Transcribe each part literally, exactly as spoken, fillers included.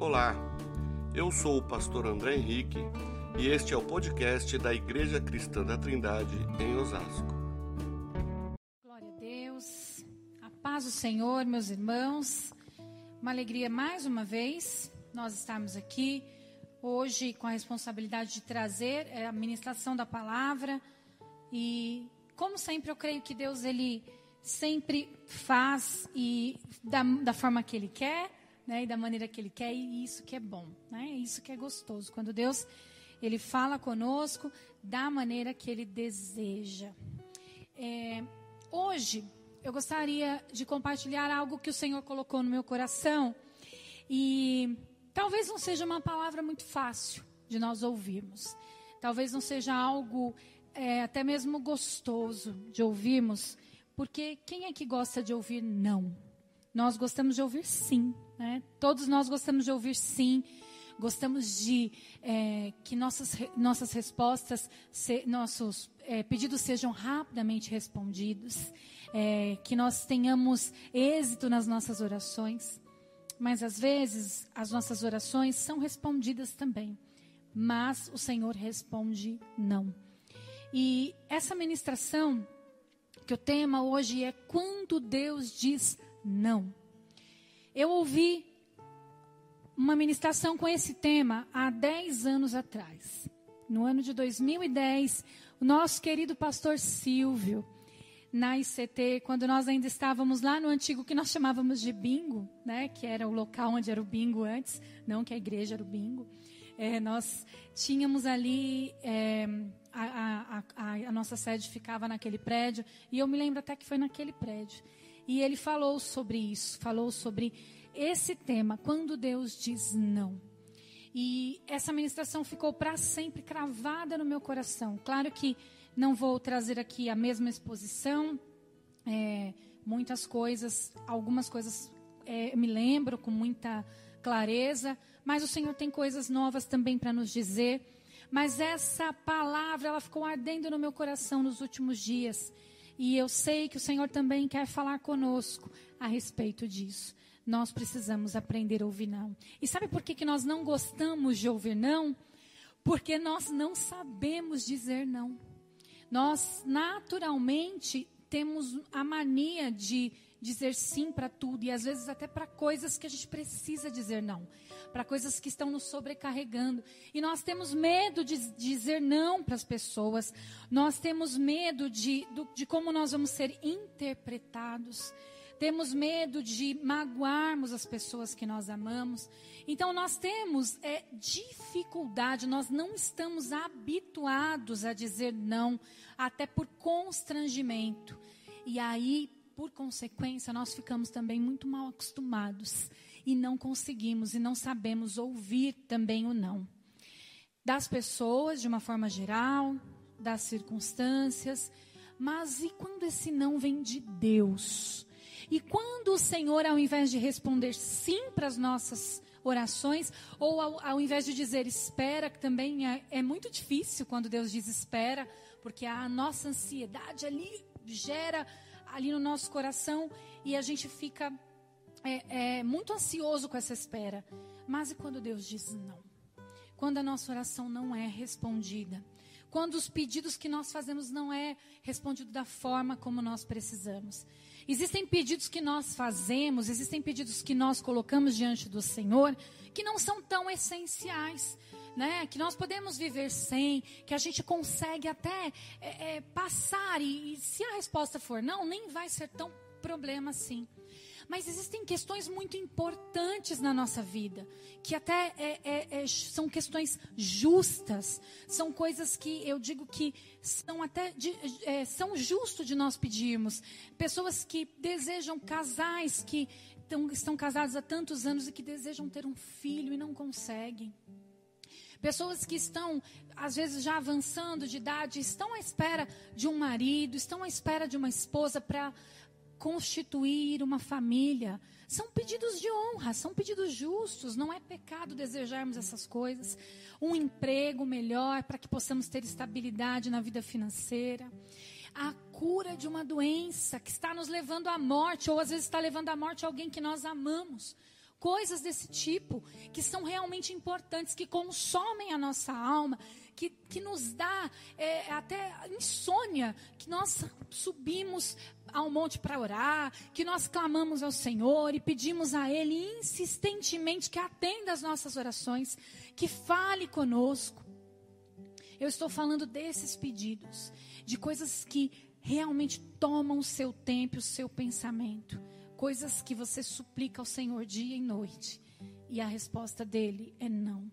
Olá, eu sou o pastor André Henrique e este é o podcast da Igreja Cristã da Trindade em Osasco. Glória a Deus, a paz do Senhor, meus irmãos, uma alegria mais uma vez nós estarmos aqui hoje com a responsabilidade de trazer a ministração da palavra e, como sempre, eu creio que Deus, Ele sempre faz e da, da forma que Ele quer, né, e da maneira que Ele quer, e isso que é bom, né, isso que é gostoso, quando Deus, Ele fala conosco da maneira que Ele deseja. É, hoje, eu gostaria de compartilhar algo que o Senhor colocou no meu coração, e talvez não seja uma palavra muito fácil de nós ouvirmos, talvez não seja algo é, até mesmo gostoso de ouvirmos, porque quem é que gosta de ouvir não? Nós gostamos de ouvir sim, né? Todos nós gostamos de ouvir sim, gostamos de é, que nossas, nossas respostas, se, nossos é, pedidos sejam rapidamente respondidos, é, que nós tenhamos êxito nas nossas orações, mas às vezes as nossas orações são respondidas também, mas o Senhor responde não. E essa ministração, que o tema hoje é quando Deus diz não. Eu ouvi uma ministração com esse tema há dez anos atrás. No ano de dois mil e dez, o nosso querido pastor Silvio, na I C T, quando nós ainda estávamos lá no antigo que nós chamávamos de bingo, né, que era o local onde era o bingo antes, não que a igreja era o bingo. É, nós tínhamos ali, é, a, a, a, a nossa sede ficava naquele prédio, e eu me lembro até que foi naquele prédio. E ele falou sobre isso, falou sobre esse tema, quando Deus diz não. E essa ministração ficou para sempre cravada no meu coração. Claro que não vou trazer aqui a mesma exposição, é, muitas coisas, algumas coisas é, me lembro com muita clareza, mas o Senhor tem coisas novas também para nos dizer. Mas essa palavra, ela ficou ardendo no meu coração nos últimos dias. E eu sei que o Senhor também quer falar conosco a respeito disso. Nós precisamos aprender a ouvir não. E sabe por que, que nós não gostamos de ouvir não? Porque nós não sabemos dizer não. Nós, naturalmente, temos a mania de dizer sim para tudo, e às vezes até para coisas que a gente precisa dizer não, para coisas que estão nos sobrecarregando, e nós temos medo de dizer não para as pessoas, nós temos medo de, do, de como nós vamos ser interpretados, temos medo de magoarmos as pessoas que nós amamos, então nós temos é, dificuldade, nós não estamos habituados a dizer não, até por constrangimento, e aí, por consequência, nós ficamos também muito mal acostumados e não conseguimos e não sabemos ouvir também o não. Das pessoas, de uma forma geral, das circunstâncias, mas e quando esse não vem de Deus? E quando o Senhor, ao invés de responder sim para as nossas orações, ou ao, ao invés de dizer espera, que também é, é muito difícil quando Deus diz espera, porque a nossa ansiedade ali gera ali no nosso coração, e a gente fica é, é, muito ansioso com essa espera. Mas e quando Deus diz não? Quando a nossa oração não é respondida? Quando os pedidos que nós fazemos não é respondido da forma como nós precisamos? Existem pedidos que nós fazemos, existem pedidos que nós colocamos diante do Senhor, que não são tão essenciais, né? Que nós podemos viver sem, que a gente consegue até é, é, passar, e, e se a resposta for não, nem vai ser tão problema assim. Mas existem questões muito importantes na nossa vida, que até é, é, é, são questões justas, são coisas que eu digo que são até de, é, são justos de nós pedirmos. Pessoas que desejam, casais que tão, estão casados há tantos anos e que desejam ter um filho e não conseguem. Pessoas que estão, às vezes, já avançando de idade, estão à espera de um marido, estão à espera de uma esposa para constituir uma família. São pedidos de honra, são pedidos justos, não é pecado desejarmos essas coisas. Um emprego melhor para que possamos ter estabilidade na vida financeira. A cura de uma doença que está nos levando à morte, ou às vezes está levando à morte alguém que nós amamos. coisas desse tipo, que são realmente importantes, que consomem a nossa alma, que, que nos dá é, até insônia, que nós subimos ao monte para orar, que nós clamamos ao Senhor e pedimos a Ele insistentemente que atenda as nossas orações, que fale conosco. Eu estou falando desses pedidos, de coisas que realmente tomam o seu tempo, o seu pensamento. Coisas que você suplica ao Senhor dia e noite. E a resposta dele é não.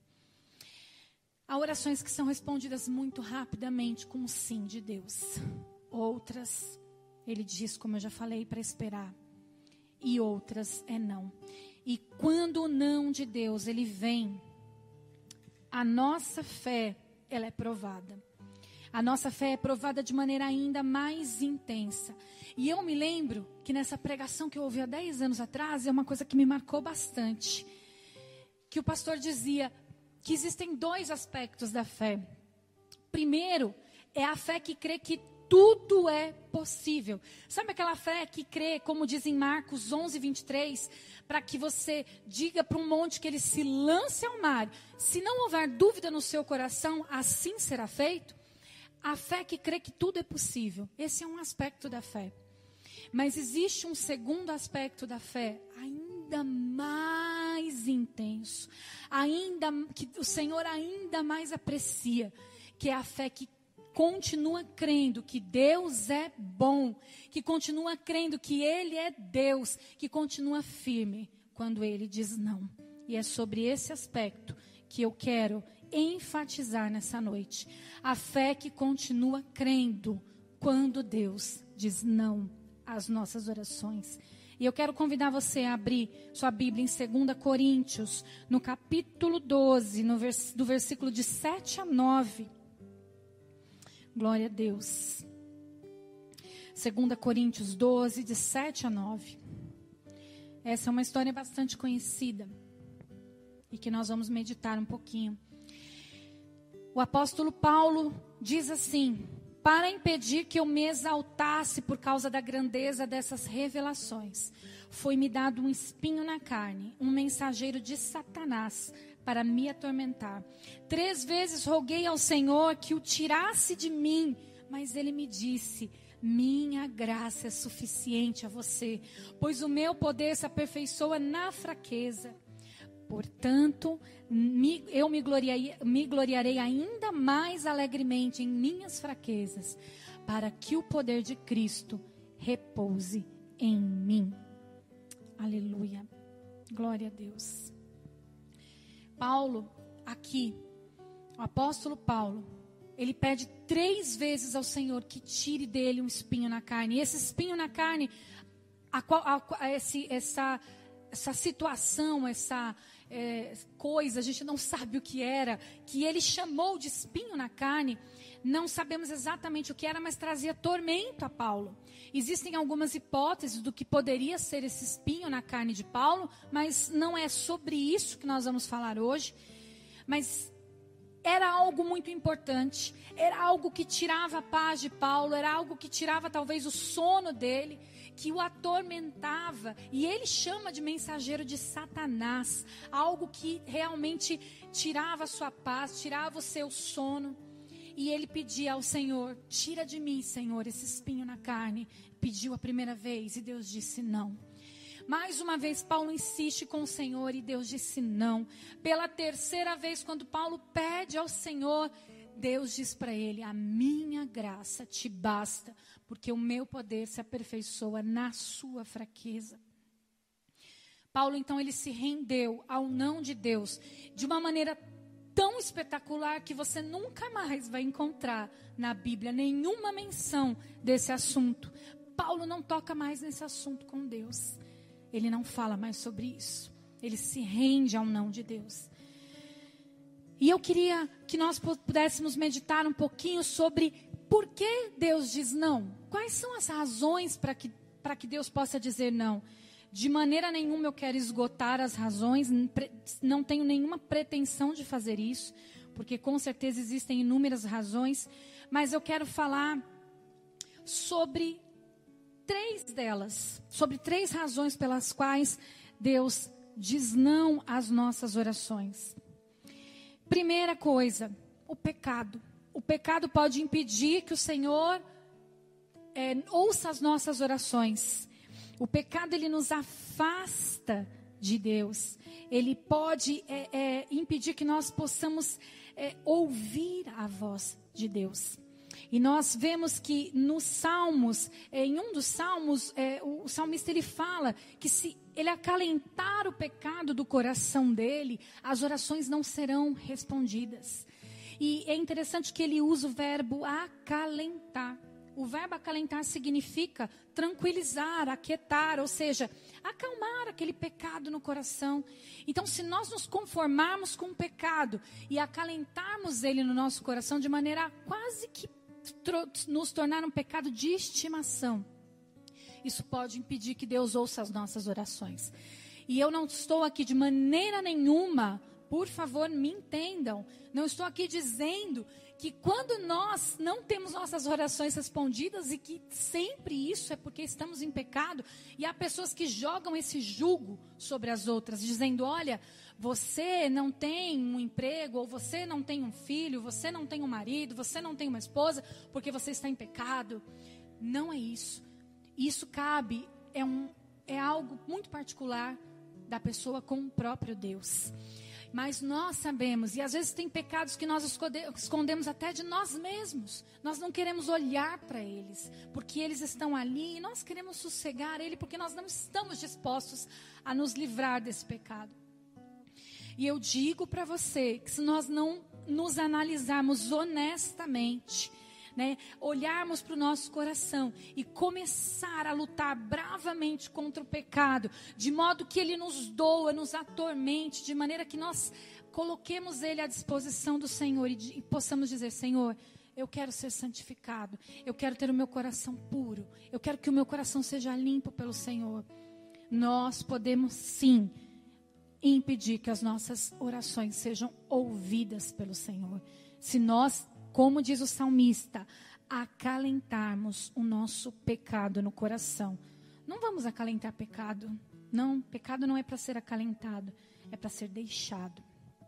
Há orações que são respondidas muito rapidamente com um sim de Deus. Outras, ele diz, como eu já falei, para esperar. E outras é não. E quando o não de Deus, ele vem, a nossa fé, ela é provada. A nossa fé é provada de maneira ainda mais intensa. E eu me lembro que nessa pregação que eu ouvi há dez anos atrás, é uma coisa que me marcou bastante. Que o pastor dizia que existem dois aspectos da fé. Primeiro, é a fé que crê que tudo é possível. Sabe aquela fé que crê, como diz em Marcos onze, vinte e três, para que você diga para um monte que ele se lance ao mar. Se não houver dúvida no seu coração, assim será feito? A fé que crê que tudo é possível. Esse é um aspecto da fé. Mas existe um segundo aspecto da fé, ainda mais intenso. Ainda, que o Senhor ainda mais aprecia. Que é a fé que continua crendo que Deus é bom. Que continua crendo que Ele é Deus. Que continua firme quando Ele diz não. E é sobre esse aspecto que eu quero enfatizar nessa noite. A fé que continua crendo quando Deus diz não às nossas orações. E eu quero convidar você a abrir sua Bíblia em segunda Coríntios, no capítulo doze, no vers- do versículo de sete a nove. Glória a Deus. segunda Coríntios doze, de sete a nove. Essa é uma história bastante conhecida e que nós vamos meditar um pouquinho. O apóstolo Paulo diz assim: para impedir que eu me exaltasse por causa da grandeza dessas revelações, foi-me dado um espinho na carne, um mensageiro de Satanás, para me atormentar. Três vezes roguei ao Senhor que o tirasse de mim, mas ele me disse: minha graça é suficiente a você, pois o meu poder se aperfeiçoa na fraqueza. Portanto, me, eu me gloriarei, me gloriarei ainda mais alegremente em minhas fraquezas, para que o poder de Cristo repouse em mim. Aleluia. Glória a Deus. Paulo, aqui, o apóstolo Paulo, ele pede três vezes ao Senhor que tire dele um espinho na carne. E esse espinho na carne, a qual, a, a, esse, essa, essa situação, essa é, coisa, a gente não sabe o que era, que ele chamou de espinho na carne, não sabemos exatamente o que era, mas trazia tormento a Paulo. Existem algumas hipóteses do que poderia ser esse espinho na carne de Paulo, mas não é sobre isso que nós vamos falar hoje. Mas era algo muito importante, era algo que tirava a paz de Paulo, era algo que tirava talvez o sono dele, que o atormentava, e ele chama de mensageiro de Satanás, algo que realmente tirava a sua paz, tirava o seu sono. E ele pedia ao Senhor: tira de mim, Senhor, esse espinho na carne. Pediu a primeira vez e Deus disse não. Mais uma vez Paulo insiste com o Senhor e Deus disse não. Pela terceira vez, quando Paulo pede ao Senhor, Deus diz para ele: a minha graça te basta, porque o meu poder se aperfeiçoa na sua fraqueza. Paulo então ele se rendeu ao não de Deus de uma maneira tão espetacular que você nunca mais vai encontrar na Bíblia nenhuma menção desse assunto. Paulo não toca mais nesse assunto com Deus. Ele não fala mais sobre isso. Ele se rende ao não de Deus. E eu queria que nós pudéssemos meditar um pouquinho sobre por que Deus diz não. Quais são as razões para que, para que Deus possa dizer não? De maneira nenhuma eu quero esgotar as razões, não tenho nenhuma pretensão de fazer isso, porque com certeza existem inúmeras razões, mas eu quero falar sobre três delas, sobre três razões pelas quais Deus diz não às nossas orações? Primeira coisa, o pecado. O pecado pode impedir que o Senhor é, ouça as nossas orações. O pecado, ele nos afasta de Deus. Ele pode é, é, impedir que nós possamos é, ouvir a voz de Deus. E nós vemos que nos Salmos, é, em um dos Salmos, é, o, o salmista ele fala que se ele acalentar o pecado do coração dele, as orações não serão respondidas. E é interessante que ele usa o verbo acalentar. O verbo acalentar significa tranquilizar, aquietar, ou seja, acalmar aquele pecado no coração. Então, se nós nos conformarmos com o pecado e acalentarmos ele no nosso coração de maneira a quase que nos tornar um pecado de estimação, isso pode impedir que Deus ouça as nossas orações. E eu não estou aqui de maneira nenhuma, por favor, me entendam, não estou aqui dizendo que quando nós não temos nossas orações respondidas e que sempre isso é porque estamos em pecado, e há pessoas que jogam esse jugo sobre as outras, dizendo, olha, você não tem um emprego, ou você não tem um filho, você não tem um marido, você não tem uma esposa, porque você está em pecado. Não é isso. Isso cabe, é, um, é algo muito particular da pessoa com o próprio Deus. Mas nós sabemos, e às vezes tem pecados que nós escondemos até de nós mesmos. Nós não queremos olhar para eles, porque eles estão ali, e nós queremos sossegar ele, porque nós não estamos dispostos a nos livrar desse pecado. E eu digo para você, que se nós não nos analisarmos honestamente, né, olharmos para o nosso coração e começar a lutar bravamente contra o pecado, de modo que ele nos doa, nos atormente, de maneira que nós coloquemos ele à disposição do Senhor e, e possamos dizer, Senhor, eu quero ser santificado, eu quero ter o meu coração puro, eu quero que o meu coração seja limpo pelo Senhor. Nós podemos sim impedir que as nossas orações sejam ouvidas pelo Senhor, se nós, como diz o salmista, acalentarmos o nosso pecado no coração. Não vamos acalentar pecado. Não, pecado não é para ser acalentado, é para ser deixado.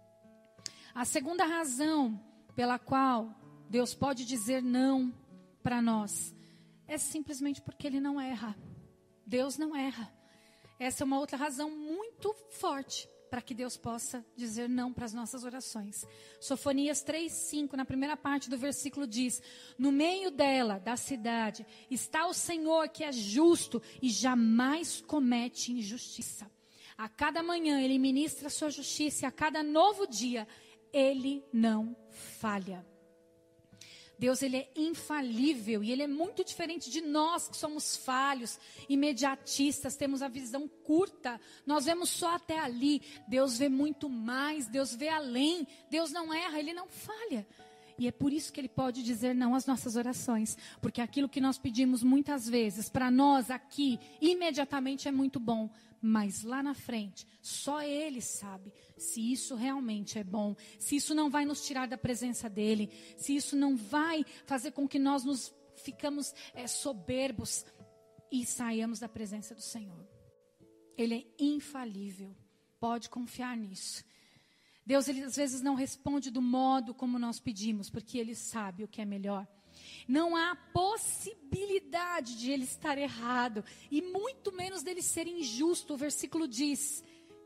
A segunda razão pela qual Deus pode dizer não para nós é simplesmente porque Ele não erra. Deus não erra. Essa é uma outra razão muito forte para que Deus possa dizer não para as nossas orações. Sofonias três, cinco, na primeira parte do versículo diz, no meio dela, da cidade, está o Senhor que é justo e jamais comete injustiça. A cada manhã Ele ministra a sua justiça e a cada novo dia Ele não falha. Deus, Ele é infalível e Ele é muito diferente de nós que somos falhos, imediatistas, temos a visão curta, nós vemos só até ali. Deus vê muito mais, Deus vê além, Deus não erra, Ele não falha. E é por isso que Ele pode dizer não às nossas orações, porque aquilo que nós pedimos muitas vezes, para nós aqui, imediatamente é muito bom, mas lá na frente, só Ele sabe se isso realmente é bom, se isso não vai nos tirar da presença dEle, se isso não vai fazer com que nós nos ficamos é, soberbos e saiamos da presença do Senhor. Ele é infalível, pode confiar nisso. Deus, Ele às vezes não responde do modo como nós pedimos, porque Ele sabe o que é melhor. Não há possibilidade de Ele estar errado, e muito menos dele ser injusto. O versículo diz,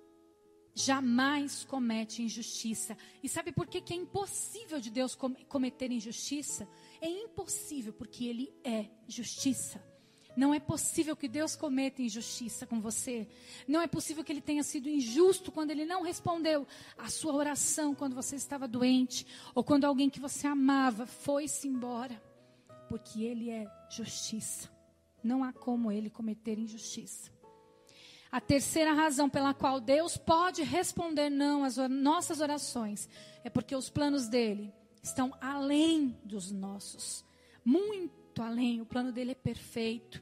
jamais comete injustiça. E sabe por que, que é impossível de Deus com- cometer injustiça? É impossível porque Ele é justiça. Não é possível que Deus cometa injustiça com você. Não é possível que Ele tenha sido injusto quando Ele não respondeu a sua oração quando você estava doente, ou quando alguém que você amava foi-se embora. Porque Ele é justiça. Não há como Ele cometer injustiça. A terceira razão pela qual Deus pode responder não às nossas orações é porque os planos dEle estão além dos nossos. Muito além. O plano dEle é perfeito.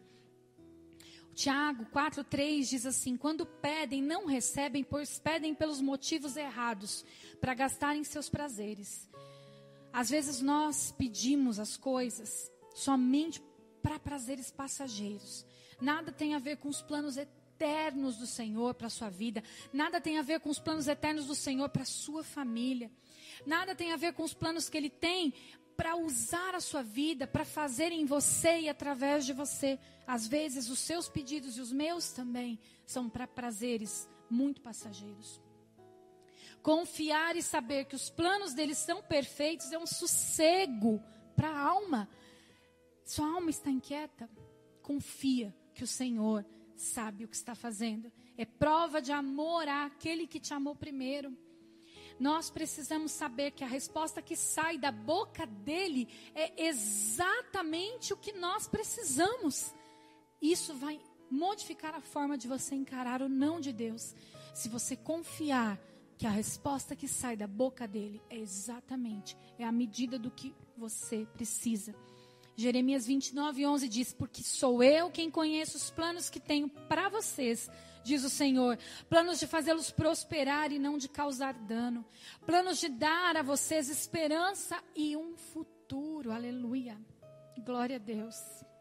Tiago quatro, três diz assim, quando pedem, não recebem, pois pedem pelos motivos errados, para gastarem seus prazeres. Às vezes nós pedimos as coisas somente para prazeres passageiros. Nada tem a ver com os planos eternos do Senhor para a sua vida. Nada tem a ver com os planos eternos do Senhor para a sua família. Nada tem a ver com os planos que Ele tem para usar a sua vida, para fazer em você e através de você. Às vezes os seus pedidos e os meus também são para prazeres muito passageiros. Confiar e saber que os planos dele são perfeitos é um sossego para a alma. Sua alma está inquieta? Confia que o Senhor sabe o que está fazendo. É prova de amor àquele que te amou primeiro. Nós precisamos saber que a resposta que sai da boca dele é exatamente o que nós precisamos. Isso vai modificar a forma de você encarar o não de Deus. Se você confiar que a resposta que sai da boca dele é exatamente, é a medida do que você precisa. Jeremias vinte e nove, onze diz: porque sou eu quem conheço os planos que tenho para vocês, diz o Senhor, planos de fazê-los prosperar e não de causar dano, planos de dar a vocês esperança e um futuro. Aleluia, glória a Deus.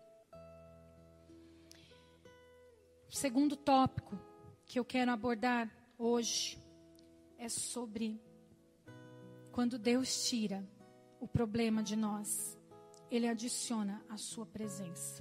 O segundo tópico que eu quero abordar hoje é sobre quando Deus tira o problema de nós, Ele adiciona a sua presença.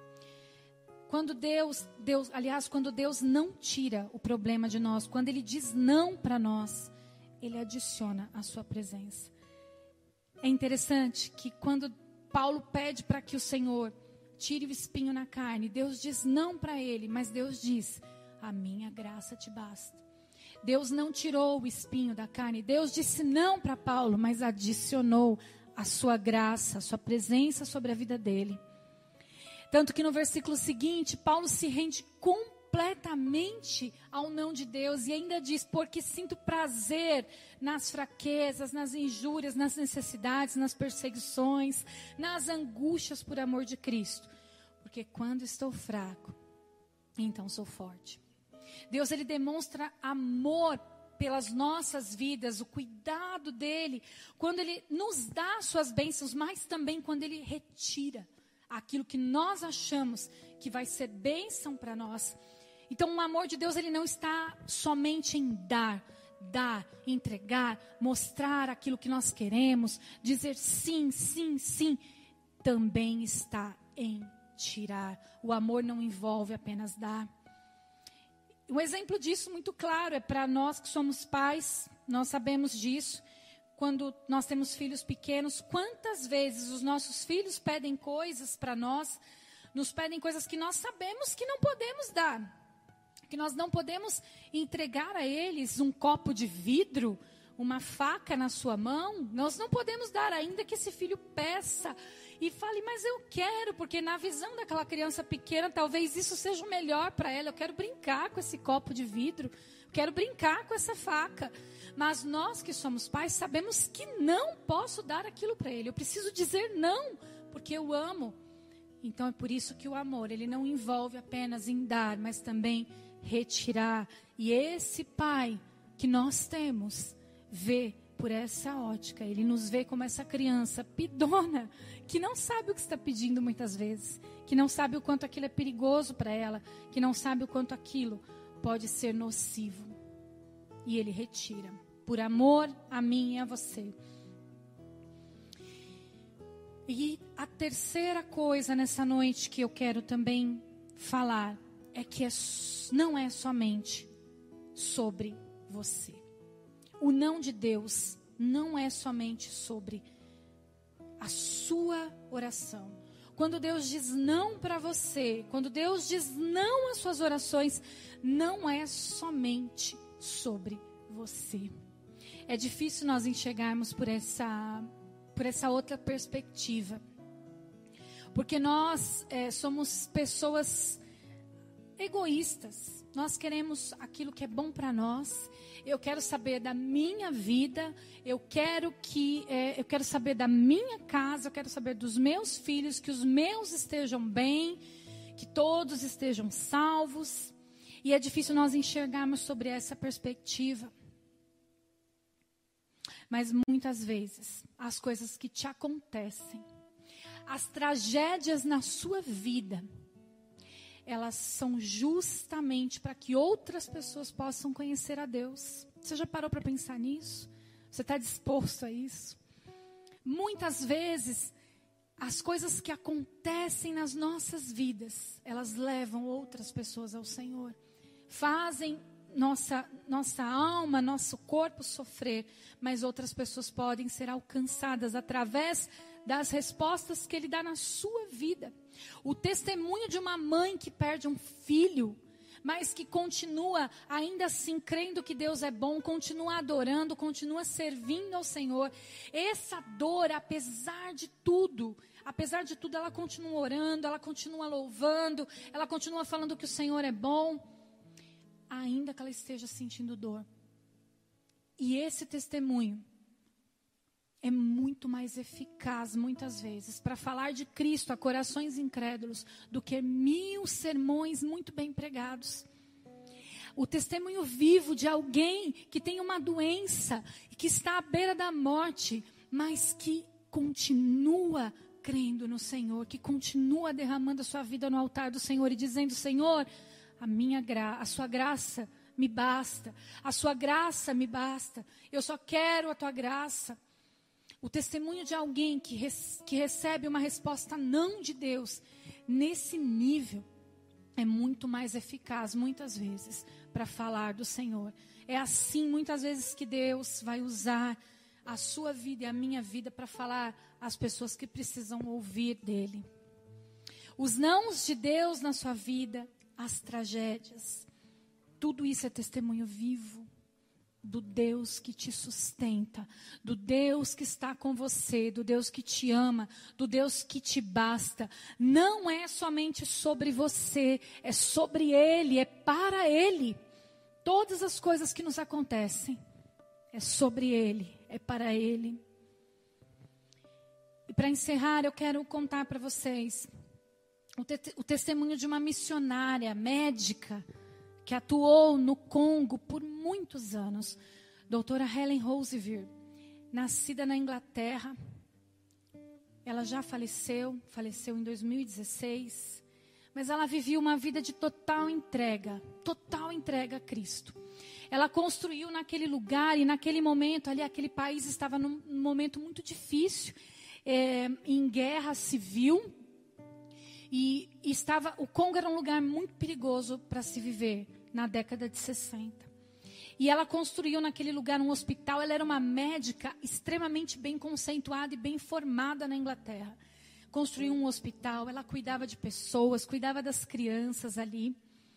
Quando Deus, Deus, aliás, quando Deus não tira o problema de nós, quando Ele diz não para nós, Ele adiciona a sua presença. É interessante que quando Paulo pede para que o Senhor tire o espinho na carne, Deus diz não para ele, mas Deus diz: a minha graça te basta. Deus não tirou o espinho da carne, Deus disse não para Paulo, mas adicionou a sua graça, a sua presença sobre a vida dele. Tanto que no versículo seguinte, Paulo se rende completamente ao não de Deus e ainda diz: porque sinto prazer nas fraquezas, nas injúrias, nas necessidades, nas perseguições, nas angústias por amor de Cristo. Porque quando estou fraco, então sou forte. Deus, Ele demonstra amor pelas nossas vidas, o cuidado dEle, quando Ele nos dá suas bênçãos, mas também quando Ele retira aquilo que nós achamos que vai ser bênção para nós. Então o amor de Deus, Ele não está somente em dar, dar, entregar, mostrar aquilo que nós queremos, dizer sim, sim, sim, também está em tirar. O amor não envolve apenas dar. Um exemplo disso muito claro é para nós que somos pais, nós sabemos disso. Quando nós temos filhos pequenos, quantas vezes os nossos filhos pedem coisas para nós, nos pedem coisas que nós sabemos que não podemos dar, que nós não podemos entregar a eles um copo de vidro, uma faca na sua mão, nós não podemos dar, ainda que esse filho peça e fale, mas eu quero, porque na visão daquela criança pequena, talvez isso seja o melhor para ela. Eu quero brincar com esse copo de vidro, quero brincar com essa faca. Mas nós que somos pais sabemos que não posso dar aquilo para ele. Eu preciso dizer não, porque eu amo. Então é por isso que o amor, ele não envolve apenas em dar, mas também retirar. E esse pai que nós temos, vê por essa ótica. Ele nos vê como essa criança pidona, que não sabe o que está pedindo muitas vezes, que não sabe o quanto aquilo é perigoso para ela, que não sabe o quanto aquilo pode ser nocivo. E Ele retira, por amor a mim e a você. E a terceira coisa nessa noite que eu quero também falar, é que é, não é somente sobre você. O não de Deus não é somente sobre a sua oração. Quando Deus diz não para você, quando Deus diz não às suas orações, não é somente sobre você. É difícil nós enxergarmos por essa, por essa outra perspectiva. Porque nós é, somos pessoas egoístas. Nós queremos aquilo que é bom para nós. Eu quero saber da minha vida. Eu quero que é, eu quero saber da minha casa. Eu quero saber dos meus filhos, que os meus estejam bem, que todos estejam salvos. E é difícil nós enxergarmos sobre essa perspectiva. Mas muitas vezes as coisas que te acontecem, as tragédias na sua vida, elas são justamente para que outras pessoas possam conhecer a Deus. Você já parou para pensar nisso? Você está disposto a isso? Muitas vezes, as coisas que acontecem nas nossas vidas, elas levam outras pessoas ao Senhor. Fazem nossa, nossa alma, nosso corpo sofrer, mas outras pessoas podem ser alcançadas através das respostas que Ele dá na sua vida. O testemunho de uma mãe que perde um filho, mas que continua ainda assim crendo que Deus é bom, continua adorando, continua servindo ao Senhor. Essa dor, apesar de tudo, apesar de tudo, ela continua orando, ela continua louvando, ela continua falando que o Senhor é bom, ainda que ela esteja sentindo dor. E esse testemunho é muito mais eficaz, muitas vezes, para falar de Cristo a corações incrédulos, do que mil sermões muito bem pregados. O testemunho vivo de alguém que tem uma doença, que está à beira da morte, mas que continua crendo no Senhor, que continua derramando a sua vida no altar do Senhor e dizendo: Senhor, a minha gra- a sua graça me basta, a sua graça me basta, eu só quero a tua graça. O testemunho de alguém que, res, que recebe uma resposta não de Deus, nesse nível, é muito mais eficaz, muitas vezes, para falar do Senhor. É assim, muitas vezes, que Deus vai usar a sua vida e a minha vida para falar às pessoas que precisam ouvir dEle. Os nãos de Deus na sua vida, as tragédias, tudo isso é testemunho vivo do Deus que te sustenta, do Deus que está com você, do Deus que te ama, do Deus que te basta. Não é somente sobre você, é sobre Ele, é para Ele. Todas as coisas que nos acontecem, é sobre Ele, é para Ele. E para encerrar, eu quero contar para vocês o, te- o testemunho de uma missionária médica que atuou no Congo por muitos anos, doutora Helen Roosevelt, nascida na Inglaterra. Ela já faleceu, faleceu em dois mil e dezesseis, mas ela vivia uma vida de total entrega, total entrega a Cristo. Ela construiu naquele lugar e naquele momento, ali aquele país estava num, num momento muito difícil, é, em guerra civil, e, e estava, o Congo era um lugar muito perigoso para se viver, na década de sessenta. E ela construiu naquele lugar um hospital. Ela era uma médica extremamente bem conceituada e bem formada na Inglaterra. Construiu um hospital, ela cuidava de pessoas, cuidava das crianças ali.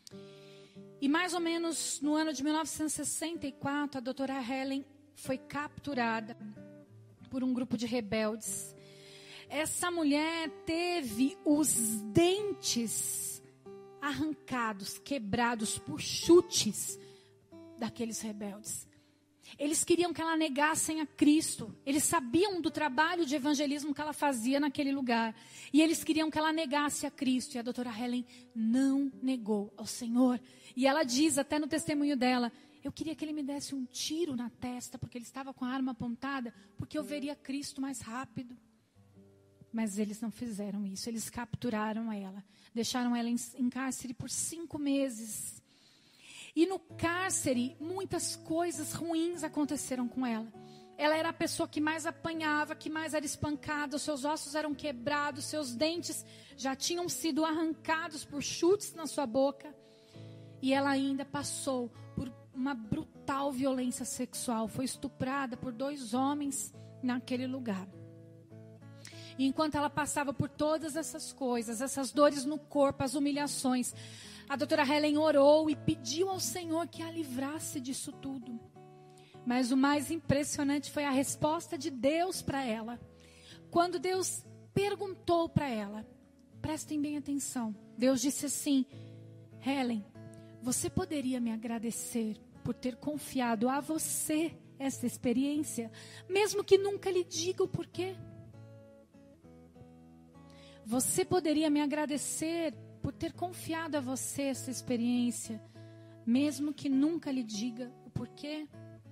E mais ou menos no ano de mil novecentos e sessenta e quatro, a doutora Helen foi capturada por um grupo de rebeldes. Essa mulher teve os dentes arrancados, quebrados por chutes daqueles rebeldes. Eles queriam que ela negasse a Cristo. Eles sabiam do trabalho de evangelismo que ela fazia naquele lugar. E eles queriam que ela negasse a Cristo. E a doutora Helen não negou ao Senhor. E ela diz até no testemunho dela: eu queria que ele me desse um tiro na testa, porque ele estava com a arma apontada, porque eu veria Cristo mais rápido. Mas eles não fizeram isso, eles capturaram ela, deixaram ela em, em cárcere por cinco meses. E no cárcere, muitas coisas ruins aconteceram com ela. Ela era a pessoa que mais apanhava, que mais era espancada, os seus ossos eram quebrados, seus dentes já tinham sido arrancados por chutes na sua boca. E ela ainda passou por uma brutal violência sexual, foi estuprada por dois homens naquele lugar. E enquanto ela passava por todas essas coisas, essas dores no corpo, as humilhações, a doutora Helen orou e pediu ao Senhor que a livrasse disso tudo. Mas o mais impressionante foi a resposta de Deus para ela. Quando Deus perguntou para ela, prestem bem atenção, Deus disse assim: Helen, você poderia me agradecer por ter confiado a você essa experiência, mesmo que nunca lhe diga o porquê? Você poderia me agradecer por ter confiado a você essa experiência, mesmo que nunca lhe diga o porquê?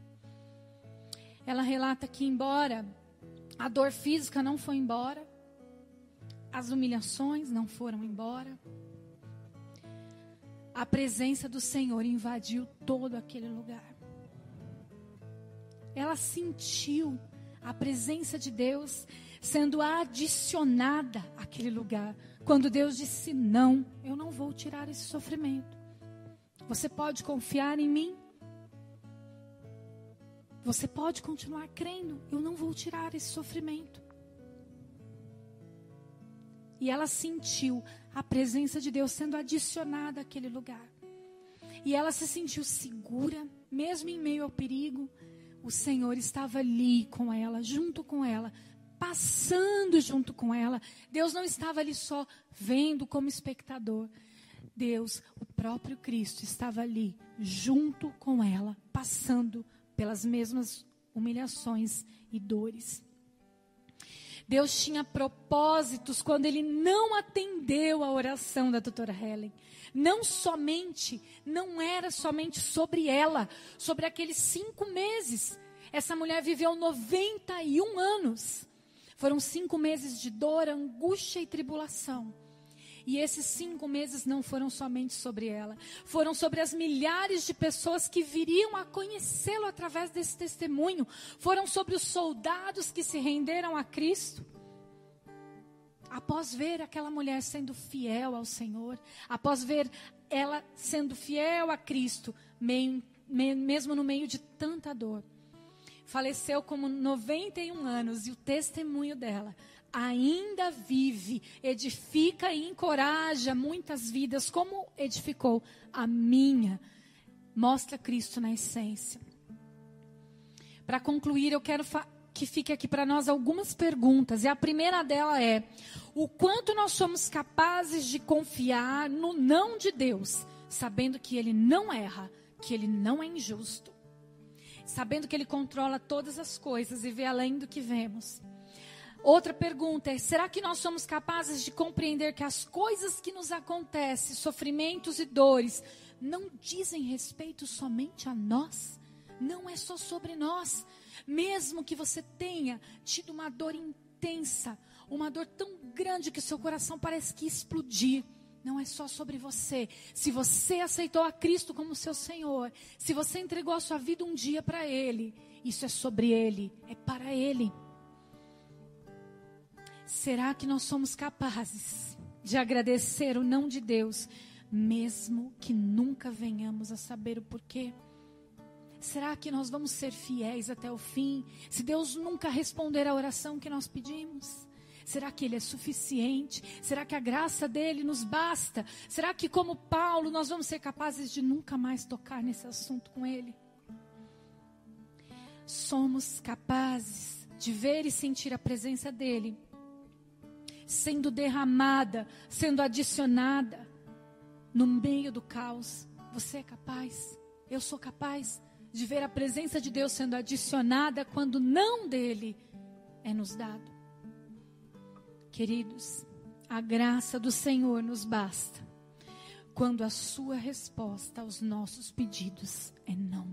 Ela relata que, embora a dor física não foi embora, as humilhações não foram embora, a presença do Senhor invadiu todo aquele lugar. Ela sentiu a presença de Deus sendo adicionada àquele lugar. Quando Deus disse, não, eu não vou tirar esse sofrimento. Você pode confiar em mim? Você pode continuar crendo, eu não vou tirar esse sofrimento. E ela sentiu a presença de Deus sendo adicionada àquele lugar. E ela se sentiu segura, mesmo em meio ao perigo. O Senhor estava ali com ela, junto com ela, passando junto com ela. Deus não estava ali só vendo como espectador. Deus, o próprio Cristo, estava ali, junto com ela, passando pelas mesmas humilhações e dores. Deus tinha propósitos quando Ele não atendeu a oração da doutora Helen. Não somente, não era somente sobre ela, sobre aqueles cinco meses. Essa mulher viveu noventa e um anos. Foram cinco meses de dor, angústia e tribulação. E esses cinco meses não foram somente sobre ela. Foram sobre as milhares de pessoas que viriam a conhecê-lo através desse testemunho. Foram sobre os soldados que se renderam a Cristo. Após ver aquela mulher sendo fiel ao Senhor, após ver ela sendo fiel a Cristo, meio, meio, mesmo no meio de tanta dor, faleceu com noventa e um anos e o testemunho dela ainda vive, edifica e encoraja muitas vidas, como edificou a minha. Mostra Cristo na essência. Para concluir, eu quero fa- que fique aqui para nós algumas perguntas. E a primeira dela é: o quanto nós somos capazes de confiar no não de Deus, sabendo que Ele não erra, que Ele não é injusto, sabendo que Ele controla todas as coisas e vê além do que vemos. Outra pergunta é: será que nós somos capazes de compreender que as coisas que nos acontecem, sofrimentos e dores, não dizem respeito somente a nós? Não é só sobre nós. Mesmo que você tenha tido uma dor intensa, uma dor tão grande que seu coração parece que explodir, não é só sobre você. Se você aceitou a Cristo como seu Senhor, se você entregou a sua vida um dia para Ele, isso é sobre Ele, é para Ele. Será que nós somos capazes de agradecer o não de Deus, mesmo que nunca venhamos a saber o porquê? Será que nós vamos ser fiéis até o fim, se Deus nunca responder a oração que nós pedimos? Será que Ele é suficiente? Será que a graça dEle nos basta? Será que, como Paulo, nós vamos ser capazes de nunca mais tocar nesse assunto com Ele? Somos capazes de ver e sentir a presença dEle sendo derramada, sendo adicionada no meio do caos. Você é capaz? Eu sou capaz de ver a presença de Deus sendo adicionada quando o não dele é nos dado. Queridos, a graça do Senhor nos basta quando a sua resposta aos nossos pedidos é não.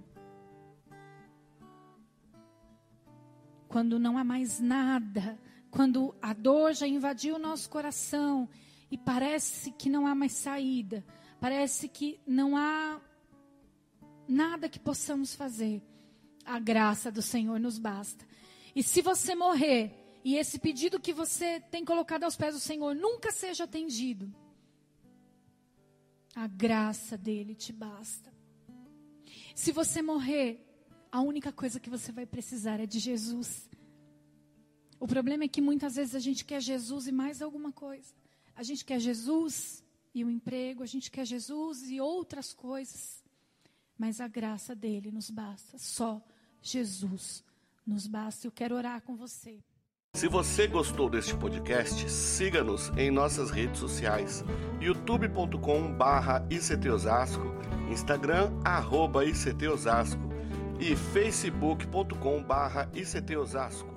Quando não há mais nada, quando a dor já invadiu o nosso coração e parece que não há mais saída, parece que não há nada que possamos fazer, a graça do Senhor nos basta. E se você morrer e esse pedido que você tem colocado aos pés do Senhor nunca seja atendido, a graça dele te basta. Se você morrer, a única coisa que você vai precisar é de Jesus. O problema é que muitas vezes a gente quer Jesus e mais alguma coisa. A gente quer Jesus e o emprego, a gente quer Jesus e outras coisas. Mas a graça dele nos basta, só Jesus nos basta. Eu quero orar com você. Se você gostou deste podcast, siga-nos em nossas redes sociais, youtube ponto com barra I C T Osasco, Instagram, arroba I C T Osasco e facebook ponto com barra I C T Osasco.